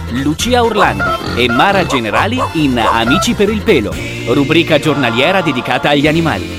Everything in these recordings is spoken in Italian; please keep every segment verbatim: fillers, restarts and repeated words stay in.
Lucia Orlando e Mara Generali in Amici per il pelo, rubrica giornaliera dedicata agli animali.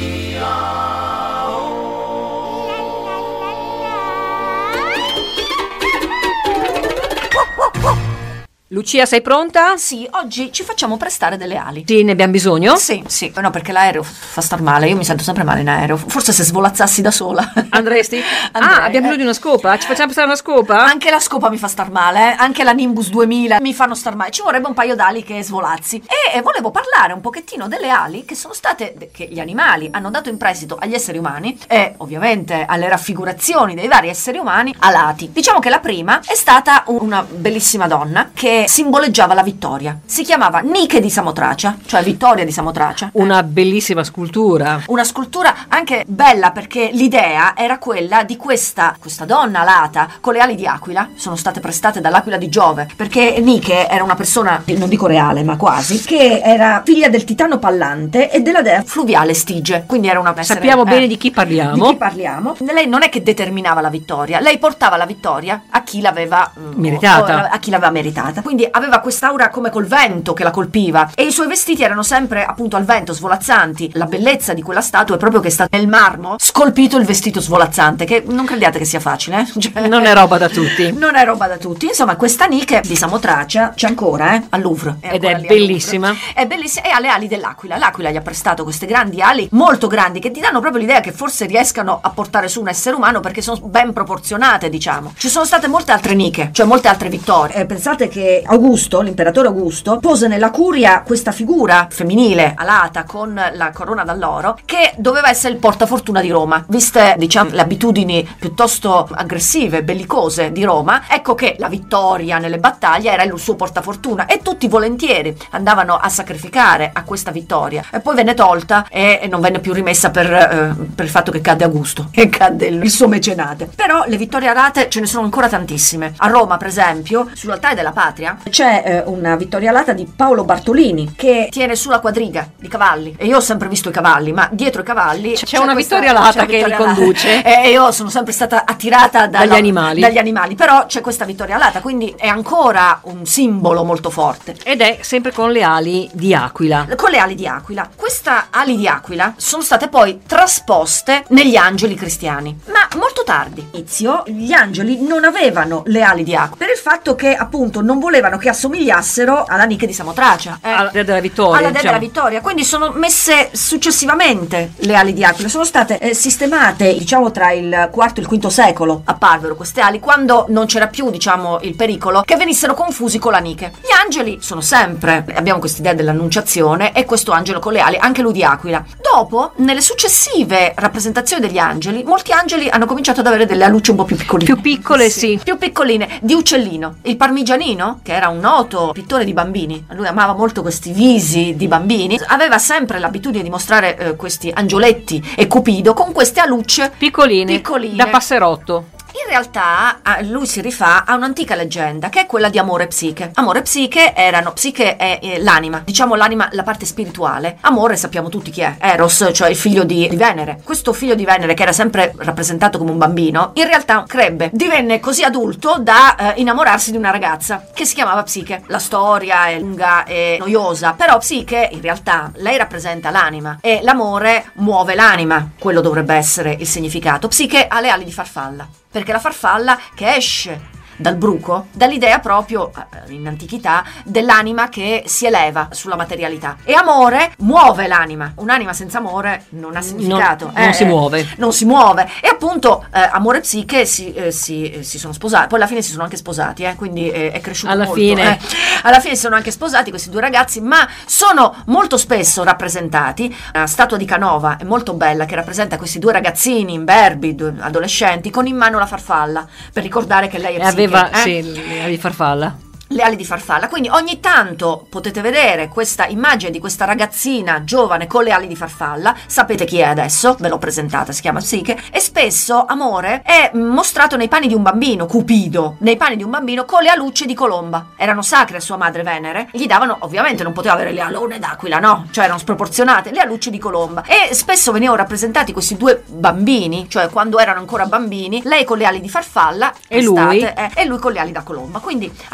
Lucia, sei pronta? Sì, oggi ci facciamo prestare delle ali. Sì, ne abbiamo bisogno? Sì, sì. No, perché l'aereo fa star male. Io mi sento sempre male in aereo. Forse se svolazzassi da sola. Andresti? Andrei, ah, abbiamo bisogno eh. di una scopa? Ci facciamo prestare una scopa? Anche la scopa mi fa star male, eh. Anche la Nimbus duemila mi fanno star male. Ci vorrebbe un paio d'ali che svolazzi. E, e volevo parlare un pochettino delle ali che sono state, che gli animali hanno dato in prestito agli esseri umani e ovviamente alle raffigurazioni dei vari esseri umani alati. Diciamo che la prima è stata una bellissima donna che simboleggiava la vittoria. Si chiamava Nike di Samotracia, cioè Vittoria di Samotracia. Una bellissima scultura. Una scultura anche bella perché l'idea era quella di questa, questa donna alata con le ali di aquila, sono state prestate dall'aquila di Giove, perché Nike era una persona, non dico reale ma quasi, che era figlia del titano Pallante e della dea fluviale Stige, quindi era una essere, Sappiamo eh, bene di chi parliamo. Di chi parliamo. Lei non è che determinava la vittoria, lei portava la vittoria a chi l'aveva meritata, a chi l'aveva meritata, quindi aveva questa aura come col vento che la colpiva e i suoi vestiti erano sempre appunto al vento, svolazzanti. La bellezza di quella statua è proprio che sta nel marmo scolpito il vestito svolazzante, che non crediate che sia facile, eh? Cioè, non è roba da tutti. Non è roba da tutti. Insomma, questa Nike di Samotracia c'è ancora, eh? Al Louvre. È Ed è lì bellissima. È bellissima e ha le ali dell'aquila. L'aquila gli ha prestato queste grandi ali molto grandi che ti danno proprio l'idea che forse riescano a portare su un essere umano perché sono ben proporzionate, diciamo. Ci sono state molte altre Nike, cioè molte altre vittorie. Eh, pensate che Augusto, l'imperatore Augusto, pose nella curia questa figura femminile alata con la corona d'alloro che doveva essere il portafortuna di Roma. Viste, diciamo, le abitudini piuttosto aggressive, bellicose di Roma, ecco che la vittoria nelle battaglie era il suo portafortuna e tutti volentieri andavano a sacrificare a questa vittoria. E poi venne tolta e non venne più rimessa per, eh, per il fatto che cadde Augusto e cadde il, il suo mecenate. Però le vittorie alate ce ne sono ancora tantissime. A Roma, per esempio, sull'altare della Patria c'è eh, una vittoria alata di Paolo Bartolini che tiene sulla quadriga di cavalli e io ho sempre visto i cavalli, ma dietro i cavalli c'è, c'è una questa, vittoria alata che li conduce e io sono sempre stata attirata da, dagli, no, animali. dagli animali, però c'è questa vittoria alata, quindi è ancora un simbolo molto forte ed è sempre con le ali di aquila. Con le ali di aquila. Queste ali di aquila sono state poi trasposte negli angeli cristiani, ma molto tardi. Inizio gli angeli non avevano le ali di aquila per il fatto che appunto non volevano che assomigliassero alla Nike di Samotracia, eh, alla dea della vittoria, alla dea diciamo. della vittoria, quindi sono messe successivamente le ali di aquila, sono state eh, sistemate diciamo tra il quarto e il quinto secolo. Apparvero queste ali quando non c'era più diciamo il pericolo che venissero confusi con la Nike. Gli angeli sono sempre, abbiamo questa idea dell'annunciazione e questo angelo con le ali, anche lui di aquila. Dopo, nelle successive rappresentazioni degli angeli, molti angeli hanno cominciato ad avere delle alucce un po' più piccoline. Più piccole, sì. sì. Più piccoline, di uccellino. Il Parmigianino, che era un noto pittore di bambini, lui amava molto questi visi di bambini, aveva sempre l'abitudine di mostrare eh, questi angioletti e Cupido con queste alucce piccoline, piccoline. Da passerotto. In realtà lui si rifà a un'antica leggenda che è quella di Amore e Psiche. Amore e Psiche erano, Psiche è eh, l'anima, diciamo l'anima, la parte spirituale. Amore sappiamo tutti chi è, Eros, cioè il figlio di, di Venere. Questo figlio di Venere che era sempre rappresentato come un bambino, in realtà crebbe, divenne così adulto da eh, innamorarsi di una ragazza che si chiamava Psiche. La storia è lunga e noiosa, però Psiche in realtà lei rappresenta l'anima e l'amore muove l'anima, quello dovrebbe essere il significato. Psiche ha le ali di farfalla, perché la farfalla che esce dal bruco dà l'idea proprio in antichità dell'anima che si eleva sulla materialità e amore muove l'anima. Un'anima senza amore non ha significato, non, eh, non si muove non si muove e appunto eh, Amore e Psiche si, eh, si, eh, si sono sposati, poi alla fine si sono anche sposati eh, quindi eh, è cresciuto alla molto fine. Eh. alla fine si sono anche sposati questi due ragazzi, ma sono molto spesso rappresentati. La statua di Canova è molto bella che rappresenta questi due ragazzini imberbi, due adolescenti con in mano la farfalla per ricordare che lei è Psiche. Aveva, eh? sì, di farfalla. Le ali di farfalla, quindi ogni tanto potete vedere questa immagine di questa ragazzina giovane con le ali di farfalla, sapete chi è adesso, ve l'ho presentata, si chiama Psiche, e spesso Amore è mostrato nei panni di un bambino, Cupido, nei panni di un bambino con le alucce di colomba, erano sacre a sua madre Venere, gli davano, ovviamente non poteva avere le alone d'aquila, no, cioè erano sproporzionate, le alucce di colomba, e spesso venivano rappresentati questi due bambini, cioè quando erano ancora bambini, lei con le ali di farfalla e lui, eh, e lui con le ali da colomba, quindi anche loro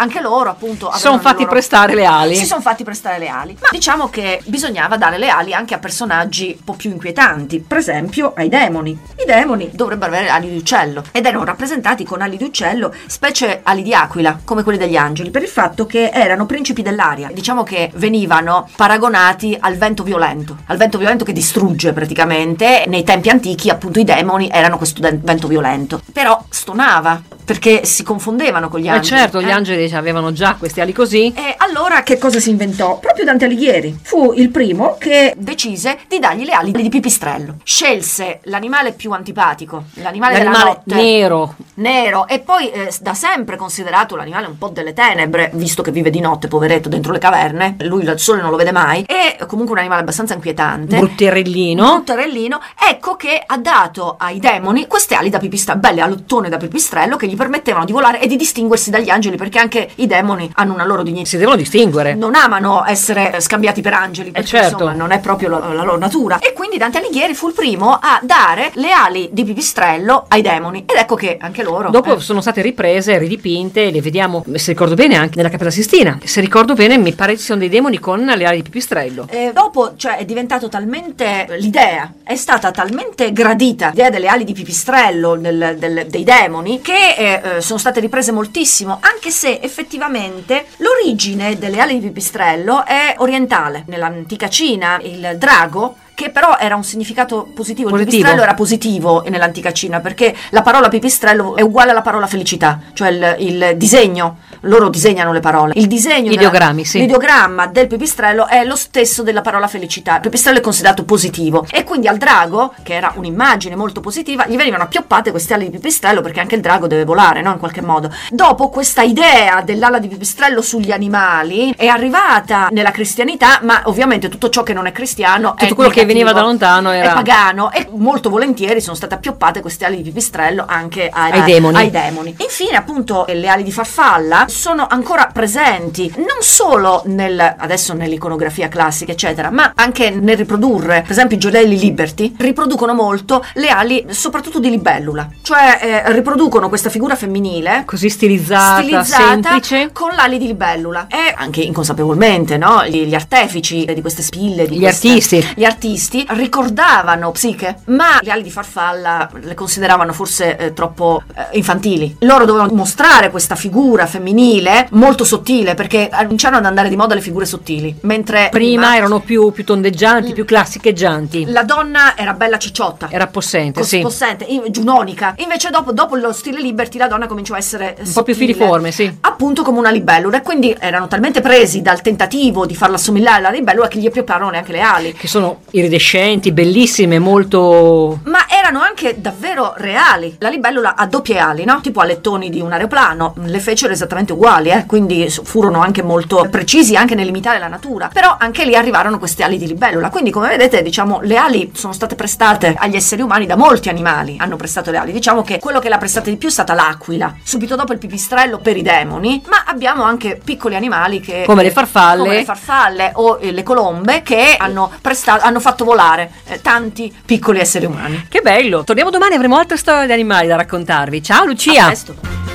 loro appunto Si sono avevano fatti loro... prestare le ali. Si sono fatti prestare le ali. Ma diciamo che bisognava dare le ali anche a personaggi un po' più inquietanti, per esempio ai demoni. I demoni dovrebbero avere ali di uccello ed erano rappresentati con ali di uccello, specie ali di aquila, come quelli degli angeli, per il fatto che erano principi dell'aria. Diciamo che venivano paragonati al vento violento, al vento violento che distrugge praticamente. Nei tempi antichi appunto i demoni erano questo de- vento violento, però stonava perché si confondevano con gli Eh angeli. certo, gli eh. angeli avevano già questi ali così. E allora che cosa si inventò? Proprio Dante Alighieri fu il primo che decise di dargli le ali di pipistrello. Scelse l'animale più antipatico, l'animale, della L'animale notte, nero. nero, e poi eh, da sempre considerato l'animale un po' delle tenebre, visto che vive di notte, poveretto, dentro le caverne, lui il sole non lo vede mai, e comunque un animale abbastanza inquietante, Brutterellino. brutterellino. Ecco che ha dato ai demoni queste ali da pipistrello, belle alottone da pipistrello, che gli permettevano di volare e di distinguersi dagli angeli, perché anche i demoni hanno una loro dignità. Si devono distinguere. Non amano essere scambiati per angeli, perché certo. insomma non è proprio la, la loro natura. E quindi Dante Alighieri fu il primo a dare le ali di pipistrello ai demoni, ed ecco che anche loro Dopo eh, sono state riprese, ridipinte, le vediamo, se ricordo bene, anche nella Cappella Sistina. Se ricordo bene, mi pare ci siano dei demoni con le ali di pipistrello. E dopo, cioè, è diventato talmente, l'idea è stata talmente gradita, l'idea delle ali di pipistrello del- del- dei demoni, che eh, eh, sono state riprese moltissimo, anche se effettivamente l'origine delle ali di pipistrello è orientale. Nell'antica Cina il drago, che però era un significato positivo, il Positivo. pipistrello era positivo nell'antica Cina, perché la parola pipistrello è uguale alla parola felicità, cioè il, il disegno, loro disegnano le parole, il disegno, Gli della- ideogrammi, sì. l'ideogramma del pipistrello è lo stesso della parola felicità. Il pipistrello è considerato positivo, e quindi al drago, che era un'immagine molto positiva, gli venivano appioppate queste ali di pipistrello, perché anche il drago deve volare, no? In qualche modo. Dopo questa idea dell'ala di pipistrello sugli animali è arrivata nella cristianità, ma ovviamente tutto ciò che non è cristiano è Tutto quello che negativo, veniva da lontano era- è pagano, e molto volentieri sono state appioppate queste ali di pipistrello anche ai, Ai demoni. ai demoni. Infine appunto le ali di farfalla sono ancora presenti non solo nel, adesso nell'iconografia classica eccetera, ma anche nel riprodurre. Per esempio i gioielli Liberty riproducono molto le ali soprattutto di libellula, cioè eh, riproducono questa figura femminile Così stilizzata, stilizzata semplice. con l'ali di libellula, e anche inconsapevolmente, no? Gli, gli artefici di queste spille, di Gli queste- artisti. gli artisti ricordavano Psiche, ma le ali di farfalla le consideravano forse eh, troppo eh, infantili. Loro dovevano mostrare questa figura femminile molto sottile, perché cominciarono ad andare di moda le figure sottili, mentre Prima erano più, più tondeggianti, più classicheggianti. la donna era bella cicciotta, Era possente, cos- sì. possente, in- giunonica. Invece dopo, dopo lo stile Liberty la donna cominciò a essere Un po' più filiforme, sì. appunto come una libellula, e quindi erano talmente presi dal tentativo di farla assomigliare alla libellula che gli appiopparono neanche le ali. Che sono iridescenti, bellissime, molto... Ma erano anche davvero reali. La libellula ha doppie ali, no? Tipo alettoni di un aeroplano, le fecero esattamente uguali, eh? Quindi s- furono anche molto precisi anche nell'imitare la natura. Però anche lì arrivarono queste ali di libellula. Quindi come vedete, diciamo, le ali sono state prestate agli esseri umani da molti animali. Hanno prestato le ali. Diciamo che quello che le ha prestate di più è stata l'aquila. Subito dopo il pipistrello per i demoni, ma abbiamo anche piccoli animali che Come le farfalle. come le farfalle o eh, le colombe, che hanno prestato, hanno fatto volare eh, tanti piccoli esseri umani. Che bello! Torniamo domani, avremo altre storie di animali da raccontarvi. Ciao A Lucia! presto.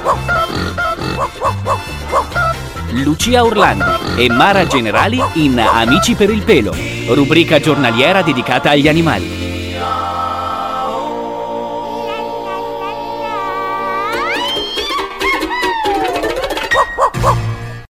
Lucia Orlandi e Mara Generali in Amici per il pelo, rubrica giornaliera dedicata agli animali.